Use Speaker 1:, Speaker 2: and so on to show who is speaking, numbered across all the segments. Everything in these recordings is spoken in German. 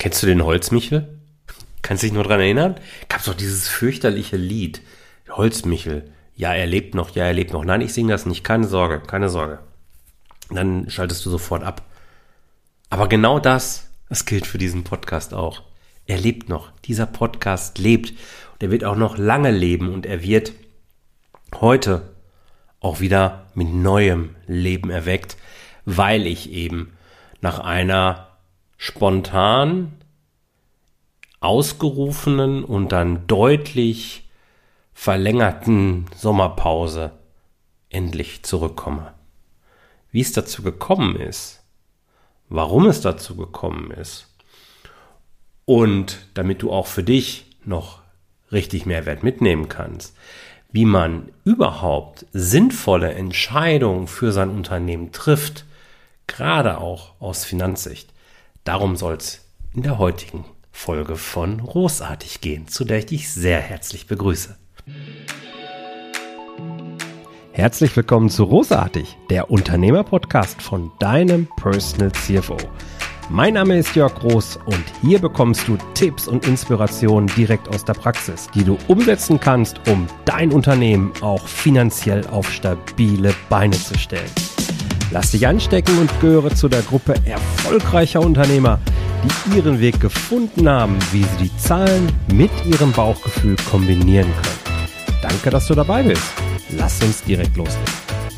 Speaker 1: Kennst du den Holzmichel? Kannst du dich nur dran erinnern? Gab's doch dieses fürchterliche Lied. Holzmichel. Ja, er lebt noch, ja, er lebt noch. Nein, ich singe das nicht. Keine Sorge, keine Sorge. Dann schaltest du sofort ab. Aber genau das gilt für diesen Podcast auch. Er lebt noch. Dieser Podcast lebt. Und er wird auch noch lange leben. Und er wird heute auch wieder mit neuem Leben erweckt, weil ich eben nach einer spontan ausgerufenen und dann deutlich verlängerten Sommerpause endlich zurückkomme. Wie es dazu gekommen ist, warum es dazu gekommen ist und damit du auch für dich noch richtig Mehrwert mitnehmen kannst, wie man überhaupt sinnvolle Entscheidungen für sein Unternehmen trifft, gerade auch aus Finanzsicht. Darum soll es in der heutigen Folge von Rosartig gehen, zu der ich dich sehr herzlich begrüße. Herzlich willkommen zu Rosartig, der Unternehmer-Podcast von deinem Personal CFO. Mein Name ist Jörg Groß und hier bekommst du Tipps und Inspirationen direkt aus der Praxis, die du umsetzen kannst, um dein Unternehmen auch finanziell auf stabile Beine zu stellen. Lass dich anstecken und gehöre zu der Gruppe erfolgreicher Unternehmer, die ihren Weg gefunden haben, wie sie die Zahlen mit ihrem Bauchgefühl kombinieren können. Danke, dass du dabei bist. Lass uns direkt loslegen.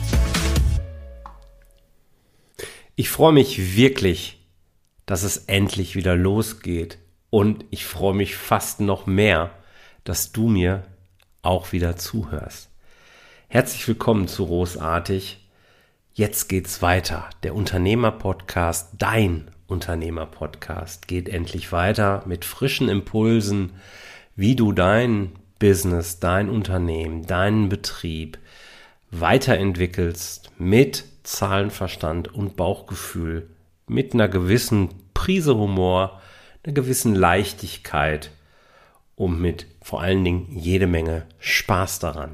Speaker 1: Ich freue mich wirklich, dass es endlich wieder losgeht. Und ich freue mich fast noch mehr, dass du mir auch wieder zuhörst. Herzlich willkommen zu Rosartig. Jetzt geht's weiter. Der Unternehmer-Podcast, dein Unternehmer-Podcast, geht endlich weiter mit frischen Impulsen, wie du dein Business, dein Unternehmen, deinen Betrieb weiterentwickelst mit Zahlenverstand und Bauchgefühl, mit einer gewissen Prise Humor, einer gewissen Leichtigkeit und mit vor allen Dingen jede Menge Spaß daran.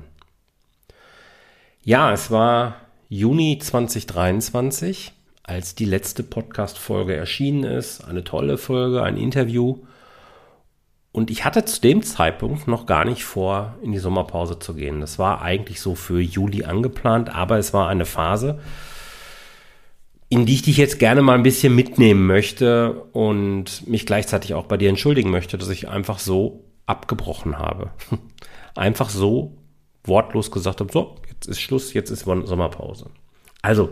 Speaker 1: Ja, es war Juni 2023, als die letzte Podcast-Folge erschienen ist. Eine tolle Folge, ein Interview. Und ich hatte zu dem Zeitpunkt noch gar nicht vor, in die Sommerpause zu gehen. Das war eigentlich so für Juli angeplant, aber es war eine Phase, in die ich dich jetzt gerne mal ein bisschen mitnehmen möchte und mich gleichzeitig auch bei dir entschuldigen möchte, dass ich einfach so abgebrochen habe. Einfach so wortlos gesagt habe, so, jetzt ist Schluss, jetzt ist Sommerpause. Also,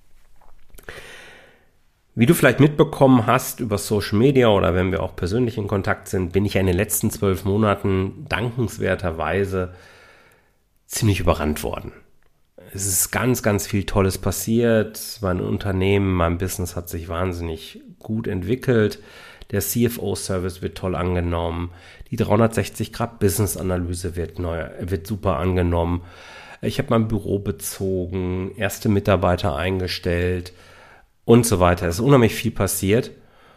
Speaker 1: wie du vielleicht mitbekommen hast über Social Media oder wenn wir auch persönlich in Kontakt sind, bin ich ja in den letzten 12 Monaten dankenswerterweise ziemlich überrannt worden. Es ist ganz, ganz viel Tolles passiert. Mein Unternehmen, mein Business hat sich wahnsinnig gut entwickelt. Der CFO-Service wird toll angenommen. Die 360-Grad-Business-Analyse wird super angenommen. Ich habe mein Büro bezogen, erste Mitarbeiter eingestellt und so weiter. Es ist unheimlich viel passiert.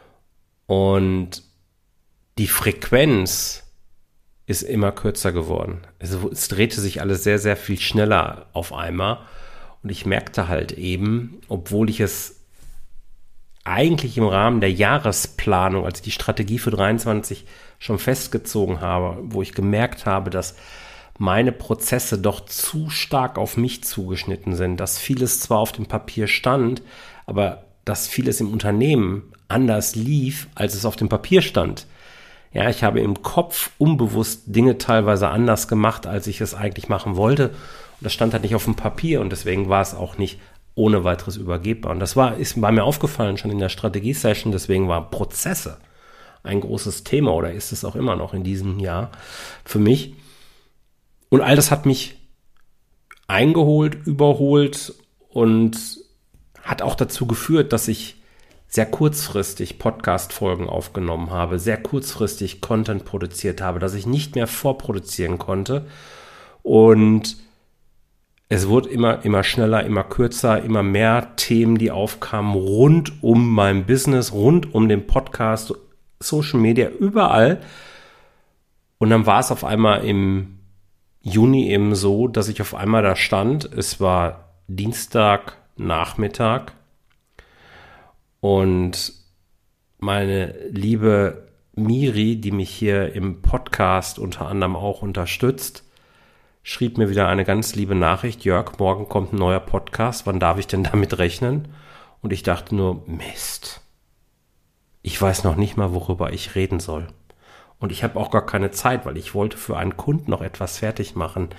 Speaker 1: Und die Frequenz ist immer kürzer geworden. Es drehte sich alles sehr, sehr viel schneller auf einmal. Und ich merkte halt eben, obwohl ich es eigentlich im Rahmen der Jahresplanung, also die Strategie für 23 schon festgezogen habe, wo ich gemerkt habe, dass meine Prozesse doch zu stark auf mich zugeschnitten sind, dass vieles zwar auf dem Papier stand, aber dass vieles im Unternehmen anders lief, als es auf dem Papier stand. Ja, ich habe im Kopf unbewusst Dinge teilweise anders gemacht, als ich es eigentlich machen wollte. Und das stand halt nicht auf dem Papier und deswegen war es auch nicht ohne weiteres übergebbar. Und das war mir aufgefallen schon in der Strategie-Session, deswegen waren Prozesse ein großes Thema oder ist es auch immer noch in diesem Jahr für mich. Und all das hat mich eingeholt, überholt und hat auch dazu geführt, dass ich sehr kurzfristig Podcast-Folgen aufgenommen habe, sehr kurzfristig Content produziert habe, dass ich nicht mehr vorproduzieren konnte. Und es wurde immer schneller, immer kürzer, immer mehr Themen, die aufkamen rund um mein Business, rund um den Podcast, Social Media, überall. Und dann war es auf einmal im Juni eben so, dass ich auf einmal da stand. Es war Dienstagnachmittag und meine liebe Miri, die mich hier im Podcast unter anderem auch unterstützt, schrieb mir wieder eine ganz liebe Nachricht: Jörg, morgen kommt ein neuer Podcast, wann darf ich denn damit rechnen? Und ich dachte nur, Mist, ich weiß noch nicht mal, worüber ich reden soll. Und ich habe auch gar keine Zeit, weil ich wollte für einen Kunden noch etwas fertig machen.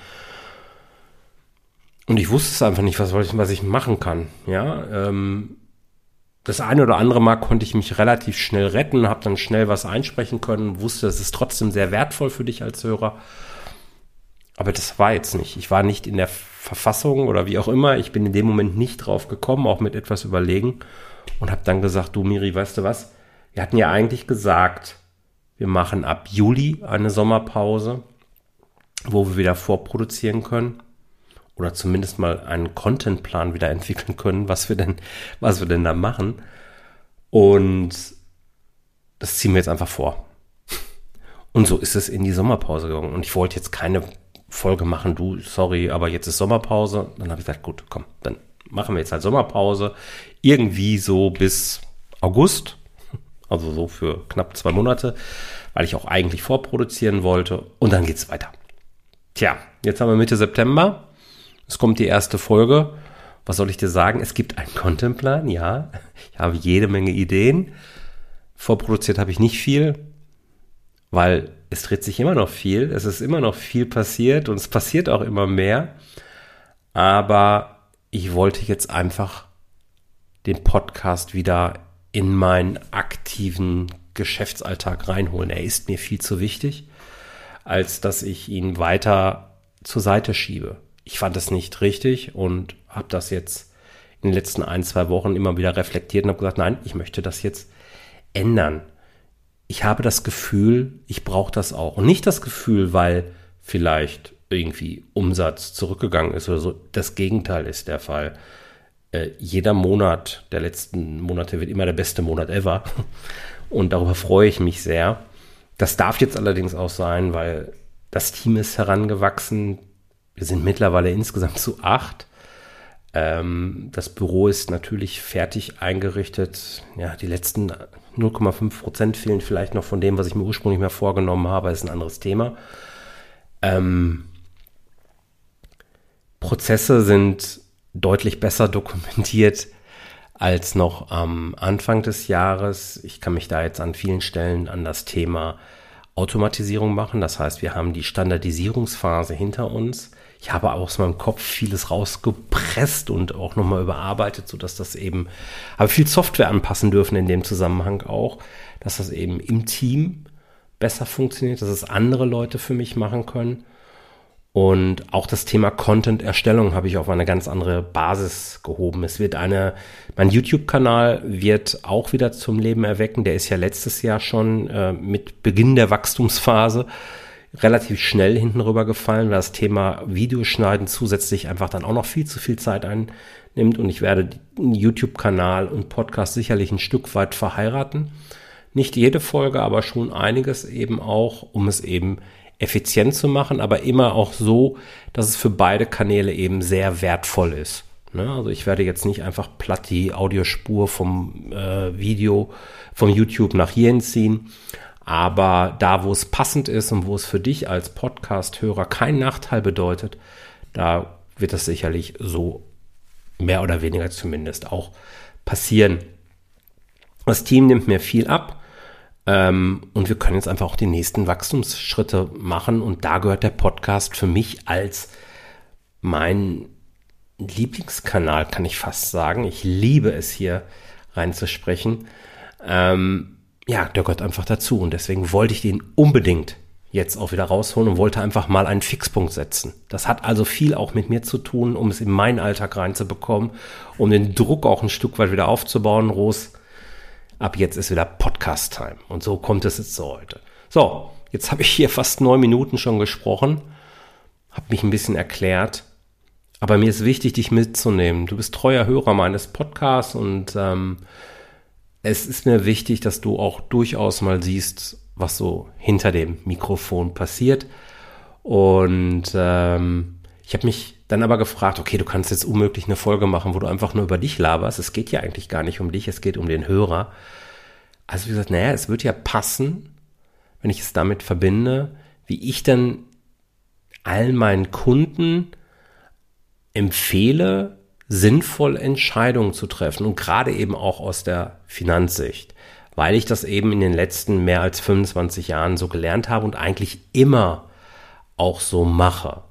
Speaker 1: Und ich wusste es einfach nicht, was ich machen kann. Ja, das eine oder andere Mal konnte ich mich relativ schnell retten, habe dann schnell was einsprechen können, wusste, es ist trotzdem sehr wertvoll für dich als Hörer. Aber das war jetzt nicht. Ich war nicht in der Verfassung oder wie auch immer. Ich bin in dem Moment nicht drauf gekommen, auch mit etwas Überlegen. Und habe dann gesagt, du Miri, weißt du was? Wir hatten ja eigentlich gesagt, wir machen ab Juli eine Sommerpause, wo wir wieder vorproduzieren können. Oder zumindest mal einen Contentplan wieder entwickeln können, was wir denn da machen. Und das ziehen wir jetzt einfach vor. Und so ist es in die Sommerpause gegangen. Und ich wollte jetzt keine Folge machen, du, sorry, aber jetzt ist Sommerpause. Dann habe ich gesagt, gut, komm, dann machen wir jetzt halt Sommerpause. Irgendwie so bis August. Also so für knapp 2 Monate, weil ich auch eigentlich vorproduzieren wollte. Und dann geht's weiter. Tja, jetzt haben wir Mitte September. Es kommt die erste Folge. Was soll ich dir sagen? Es gibt einen Contentplan, ja. Ich habe jede Menge Ideen. Vorproduziert habe ich nicht viel, weil es dreht sich immer noch viel. Es ist immer noch viel passiert und es passiert auch immer mehr. Aber ich wollte jetzt einfach den Podcast wieder in meinen aktiven Geschäftsalltag reinholen. Er ist mir viel zu wichtig, als dass ich ihn weiter zur Seite schiebe. Ich fand es nicht richtig und habe das jetzt in den letzten 1-2 Wochen immer wieder reflektiert und habe gesagt, nein, ich möchte das jetzt ändern. Ich habe das Gefühl, ich brauche das auch. Und nicht das Gefühl, weil vielleicht irgendwie Umsatz zurückgegangen ist oder so. Das Gegenteil ist der Fall. Jeder Monat der letzten Monate wird immer der beste Monat ever. Und darüber freue ich mich sehr. Das darf jetzt allerdings auch sein, weil das Team ist herangewachsen. Wir sind mittlerweile insgesamt zu 8. Das Büro ist natürlich fertig eingerichtet. Ja, die letzten 0,5% fehlen vielleicht noch von dem, was ich mir ursprünglich mal vorgenommen habe. Das ist ein anderes Thema. Prozesse sind deutlich besser dokumentiert als noch am Anfang des Jahres. Ich kann mich da jetzt an vielen Stellen an das Thema Automatisierung machen. Das heißt, wir haben die Standardisierungsphase hinter uns. Ich habe aus meinem Kopf vieles rausgepresst und auch nochmal überarbeitet, sodass das eben, habe viel Software anpassen dürfen in dem Zusammenhang auch, dass das eben im Team besser funktioniert, dass es andere Leute für mich machen können. Und auch das Thema Content-Erstellung habe ich auf eine ganz andere Basis gehoben. Mein YouTube-Kanal wird auch wieder zum Leben erwecken. Der ist ja letztes Jahr schon mit Beginn der Wachstumsphase relativ schnell hinten rüber gefallen, weil das Thema Videoschneiden zusätzlich einfach dann auch noch viel zu viel Zeit einnimmt. Und ich werde den YouTube-Kanal und Podcast sicherlich ein Stück weit verheiraten. Nicht jede Folge, aber schon einiges eben auch, um es eben effizient zu machen, aber immer auch so, dass es für beide Kanäle eben sehr wertvoll ist. Ne? Also ich werde jetzt nicht einfach platt die Audiospur vom Video vom YouTube nach hierhin ziehen, aber da, wo es passend ist und wo es für dich als Podcast-Hörer keinen Nachteil bedeutet, da wird das sicherlich so mehr oder weniger zumindest auch passieren. Das Team nimmt mir viel ab. Und wir können jetzt einfach auch die nächsten Wachstumsschritte machen. Und da gehört der Podcast für mich als mein Lieblingskanal, kann ich fast sagen. Ich liebe es, hier reinzusprechen. Ja, der gehört einfach dazu. Und deswegen wollte ich den unbedingt jetzt auch wieder rausholen und wollte einfach mal einen Fixpunkt setzen. Das hat also viel auch mit mir zu tun, um es in meinen Alltag reinzubekommen, um den Druck auch ein Stück weit wieder aufzubauen. Ab jetzt ist wieder Podcast-Time. Und so kommt es jetzt so heute. So, jetzt habe ich hier fast 9 Minuten schon gesprochen, habe mich ein bisschen erklärt, aber mir ist wichtig, dich mitzunehmen. Du bist treuer Hörer meines Podcasts und es ist mir wichtig, dass du auch durchaus mal siehst, was so hinter dem Mikrofon passiert. Und ich habe mich dann aber gefragt, okay, du kannst jetzt unmöglich eine Folge machen, wo du einfach nur über dich laberst. Es geht ja eigentlich gar nicht um dich, es geht um den Hörer. Also wie gesagt, naja, es wird ja passen, wenn ich es damit verbinde, wie ich dann allen meinen Kunden empfehle, sinnvoll Entscheidungen zu treffen und gerade eben auch aus der Finanzsicht, weil ich das eben in den letzten mehr als 25 Jahren so gelernt habe und eigentlich immer auch so mache.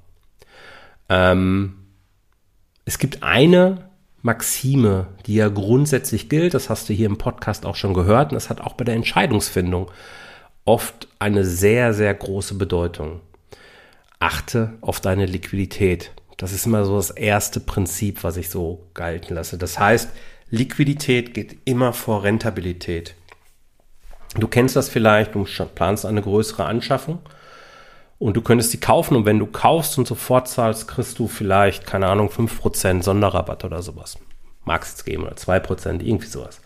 Speaker 1: Es gibt eine Maxime, die ja grundsätzlich gilt, das hast du hier im Podcast auch schon gehört, und das hat auch bei der Entscheidungsfindung oft eine sehr, sehr große Bedeutung. Achte auf deine Liquidität. Das ist immer so das erste Prinzip, was ich so gelten lasse. Das heißt, Liquidität geht immer vor Rentabilität. Du kennst das vielleicht, du planst eine größere Anschaffung und du könntest die kaufen und wenn du kaufst und sofort zahlst, kriegst du vielleicht, keine Ahnung, 5% Sonderrabatt oder sowas. Mag es jetzt geben oder 2%, irgendwie sowas.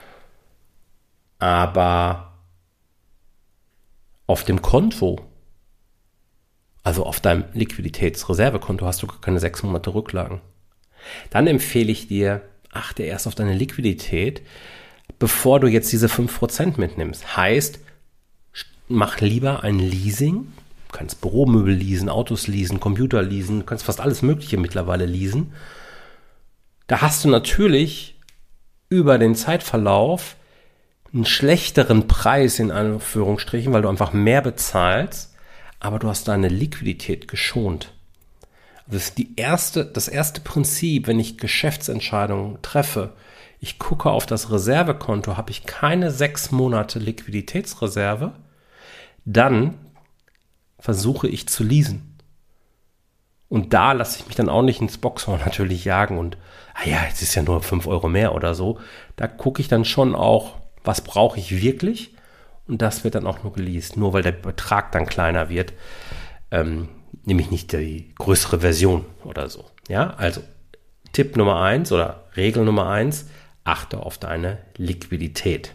Speaker 1: Aber auf dem Konto, also auf deinem Liquiditätsreservekonto, hast du gar keine 6 Monate Rücklagen. Dann empfehle ich dir, achte erst auf deine Liquidität, bevor du jetzt diese 5% mitnimmst. Heißt, mach lieber ein Leasing. Du kannst Büromöbel leasen, Autos leasen, Computer leasen, du kannst fast alles Mögliche mittlerweile leasen. Da hast du natürlich über den Zeitverlauf einen schlechteren Preis in Anführungsstrichen, weil du einfach mehr bezahlst, aber du hast deine Liquidität geschont. Das ist das erste Prinzip, wenn ich Geschäftsentscheidungen treffe. Ich gucke auf das Reservekonto, habe ich keine 6 Monate Liquiditätsreserve, dann versuche ich zu leasen. Und da lasse ich mich dann auch nicht ins Boxhorn natürlich jagen und, jetzt ist ja nur 5 Euro mehr oder so. Da gucke ich dann schon auch, was brauche ich wirklich? Und das wird dann auch nur geleast, nur weil der Betrag dann kleiner wird, nämlich nicht die größere Version oder so. Ja, also Tipp Nummer 1 oder Regel Nummer 1, achte auf deine Liquidität.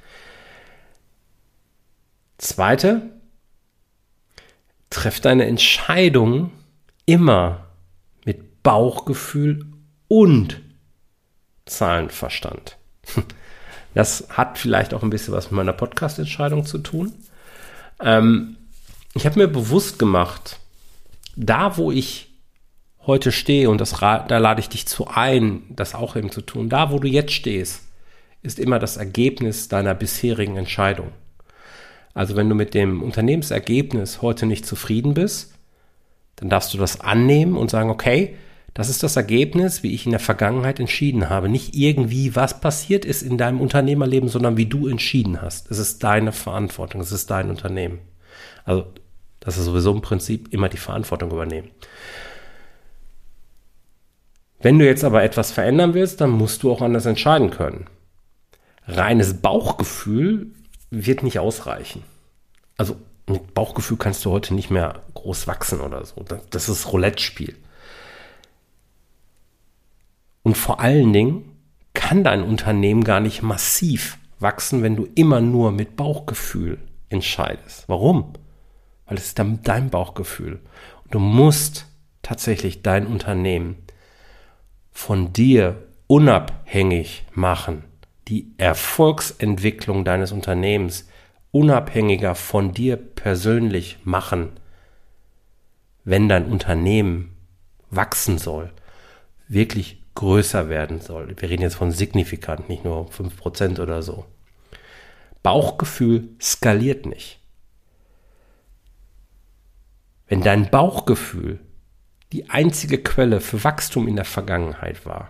Speaker 1: Zweite, treff deine Entscheidung immer mit Bauchgefühl und Zahlenverstand. Das hat vielleicht auch ein bisschen was mit meiner Podcast-Entscheidung zu tun. Ich habe mir bewusst gemacht, da wo ich heute stehe, und da lade ich dich zu ein, das auch eben zu tun, da wo du jetzt stehst, ist immer das Ergebnis deiner bisherigen Entscheidung. Also wenn du mit dem Unternehmensergebnis heute nicht zufrieden bist, dann darfst du das annehmen und sagen, okay, das ist das Ergebnis, wie ich in der Vergangenheit entschieden habe. Nicht irgendwie, was passiert ist in deinem Unternehmerleben, sondern wie du entschieden hast. Es ist deine Verantwortung, es ist dein Unternehmen. Also das ist sowieso im Prinzip immer die Verantwortung übernehmen. Wenn du jetzt aber etwas verändern willst, dann musst du auch anders entscheiden können. Reines Bauchgefühl wird nicht ausreichen. Also mit Bauchgefühl kannst du heute nicht mehr groß wachsen oder so. Das ist Roulette-Spiel. Und vor allen Dingen kann dein Unternehmen gar nicht massiv wachsen, wenn du immer nur mit Bauchgefühl entscheidest. Warum? Weil es ist dann dein Bauchgefühl. Und du musst tatsächlich dein Unternehmen von dir unabhängig machen. Die Erfolgsentwicklung deines Unternehmens unabhängiger von dir persönlich machen, wenn dein Unternehmen wachsen soll, wirklich größer werden soll. Wir reden jetzt von signifikant, nicht nur 5% oder so. Bauchgefühl skaliert nicht. Wenn dein Bauchgefühl die einzige Quelle für Wachstum in der Vergangenheit war,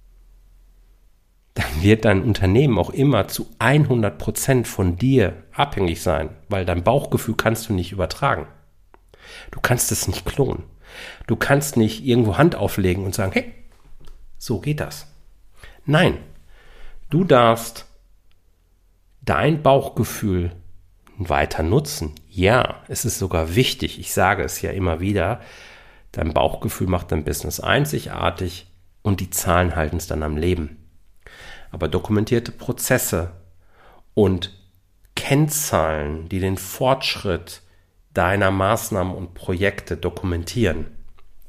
Speaker 1: dann wird dein Unternehmen auch immer zu 100% von dir abhängig sein, weil dein Bauchgefühl kannst du nicht übertragen. Du kannst es nicht klonen. Du kannst nicht irgendwo Hand auflegen und sagen, hey, so geht das. Nein, du darfst dein Bauchgefühl weiter nutzen. Ja, es ist sogar wichtig, ich sage es ja immer wieder, dein Bauchgefühl macht dein Business einzigartig und die Zahlen halten es dann am Leben. Aber dokumentierte Prozesse und Kennzahlen, die den Fortschritt deiner Maßnahmen und Projekte dokumentieren,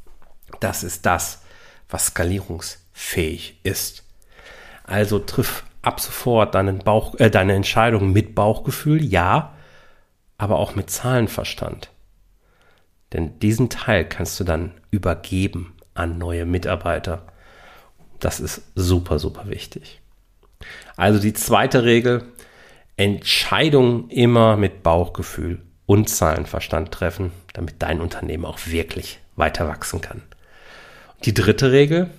Speaker 1: das ist das, was skalierungsfähig ist. Also triff ab sofort deine Entscheidung mit Bauchgefühl, ja, aber auch mit Zahlenverstand. Denn diesen Teil kannst du dann übergeben an neue Mitarbeiter. Das ist super, super wichtig. Also die zweite Regel, Entscheidungen immer mit Bauchgefühl und Zahlenverstand treffen, damit dein Unternehmen auch wirklich weiter wachsen kann. Die dritte Regel,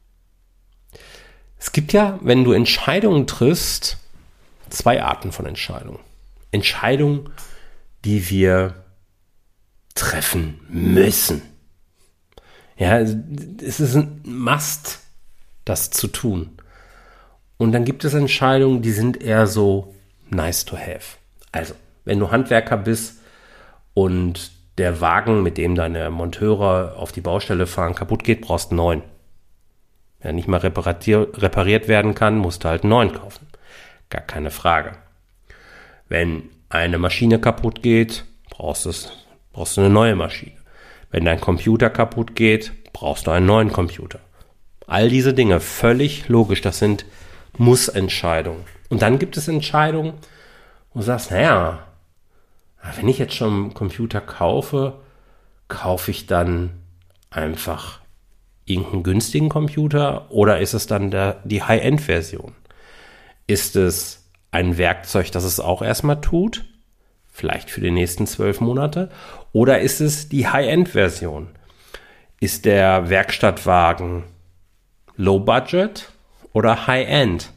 Speaker 1: es gibt ja, wenn du Entscheidungen triffst, zwei Arten von Entscheidungen. Entscheidungen, die wir treffen müssen. Ja, es ist ein Must, das zu tun. Und dann gibt es Entscheidungen, die sind eher so nice to have. Also, wenn du Handwerker bist und der Wagen, mit dem deine Monteure auf die Baustelle fahren, kaputt geht, brauchst du einen neuen. Wenn er nicht mal repariert werden kann, musst du halt einen neuen kaufen. Gar keine Frage. Wenn eine Maschine kaputt geht, brauchst du eine neue Maschine. Wenn dein Computer kaputt geht, brauchst du einen neuen Computer. All diese Dinge, völlig logisch, das sind Muss-Entscheidungen. Und dann gibt es Entscheidungen, wo du sagst, naja, wenn ich jetzt schon einen Computer kaufe, kaufe ich dann einfach irgendeinen günstigen Computer oder ist es dann die High-End-Version? Ist es ein Werkzeug, das es auch erstmal tut? Vielleicht für die nächsten 12 Monate? Oder ist es die High-End-Version? Ist der Werkstattwagen Low-Budget oder High-End?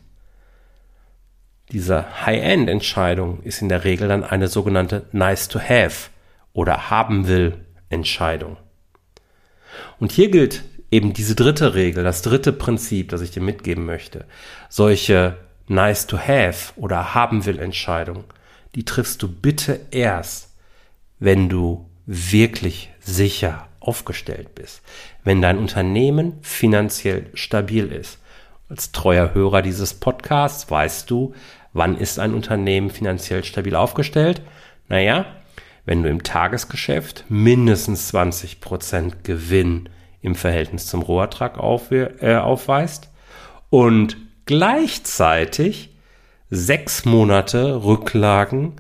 Speaker 1: Diese High-End-Entscheidung ist in der Regel dann eine sogenannte Nice-to-Have oder Haben-will-Entscheidung. Und hier gilt eben diese dritte Regel, das dritte Prinzip, das ich dir mitgeben möchte. Solche Nice-to-Have oder Haben-will-Entscheidungen, die triffst du bitte erst, wenn du wirklich sicher aufgestellt bist, wenn dein Unternehmen finanziell stabil ist. Als treuer Hörer dieses Podcasts weißt du, wann ist ein Unternehmen finanziell stabil aufgestellt? Naja, wenn du im Tagesgeschäft mindestens 20% Gewinn im Verhältnis zum Rohertrag aufweist und gleichzeitig 6 Monate Rücklagen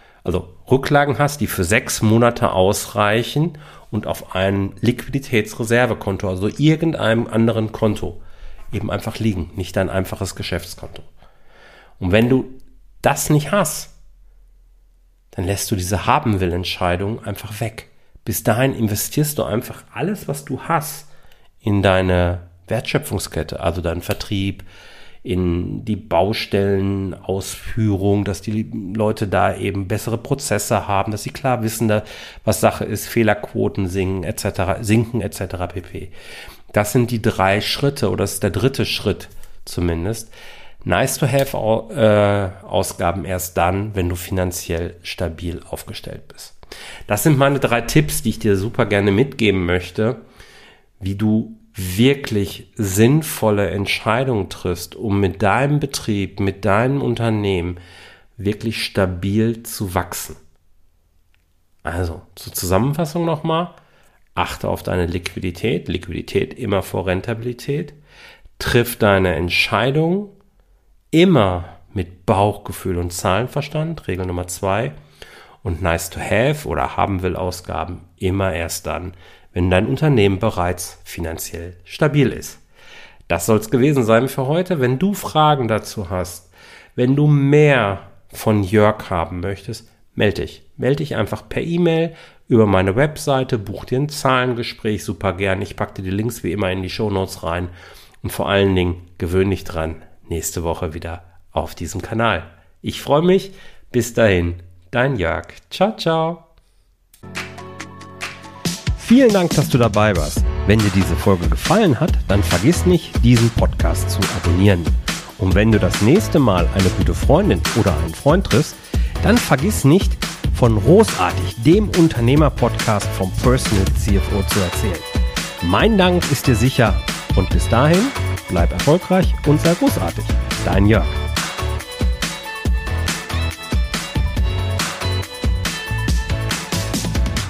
Speaker 1: hast, die für 6 Monate ausreichen und auf ein Liquiditätsreservekonto, also irgendeinem anderen Konto, eben einfach liegen, nicht ein einfaches Geschäftskonto. Und wenn du das nicht hast, dann lässt du diese Haben-will-Entscheidung einfach weg. Bis dahin investierst du einfach alles, was du hast, in deine Wertschöpfungskette, also deinen Vertrieb, in die Baustellenausführung, dass die Leute da eben bessere Prozesse haben, dass sie klar wissen, was Sache ist, Fehlerquoten sinken etc. pp. Das sind die 3 Schritte oder das ist der dritte Schritt zumindest. Nice to have Ausgaben erst dann, wenn du finanziell stabil aufgestellt bist. Das sind meine 3 Tipps, die ich dir super gerne mitgeben möchte, wie du wirklich sinnvolle Entscheidungen triffst, um mit deinem Betrieb, mit deinem Unternehmen wirklich stabil zu wachsen. Also, zur Zusammenfassung nochmal. Achte auf deine Liquidität. Liquidität immer vor Rentabilität. Triff deine Entscheidung immer mit Bauchgefühl und Zahlenverstand. Regel Nummer 2. Und nice to have oder haben will Ausgaben immer erst dann, wenn dein Unternehmen bereits finanziell stabil ist. Das soll es gewesen sein für heute. Wenn du Fragen dazu hast, wenn du mehr von Jörg haben möchtest, melde dich. Melde dich einfach per E-Mail über meine Webseite, buch dir ein Zahlengespräch, super gern. Ich packe dir die Links wie immer in die Shownotes rein. Und vor allen Dingen gewöhn dich dran, nächste Woche wieder auf diesem Kanal. Ich freue mich. Bis dahin, dein Jörg. Ciao, ciao.
Speaker 2: Vielen Dank, dass du dabei warst. Wenn dir diese Folge gefallen hat, dann vergiss nicht, diesen Podcast zu abonnieren. Und wenn du das nächste Mal eine gute Freundin oder einen Freund triffst, dann vergiss nicht, von Großartig, dem Unternehmer-Podcast vom Personal CFO zu erzählen. Mein Dank ist dir sicher und bis dahin, bleib erfolgreich und sei großartig. Dein Jörg.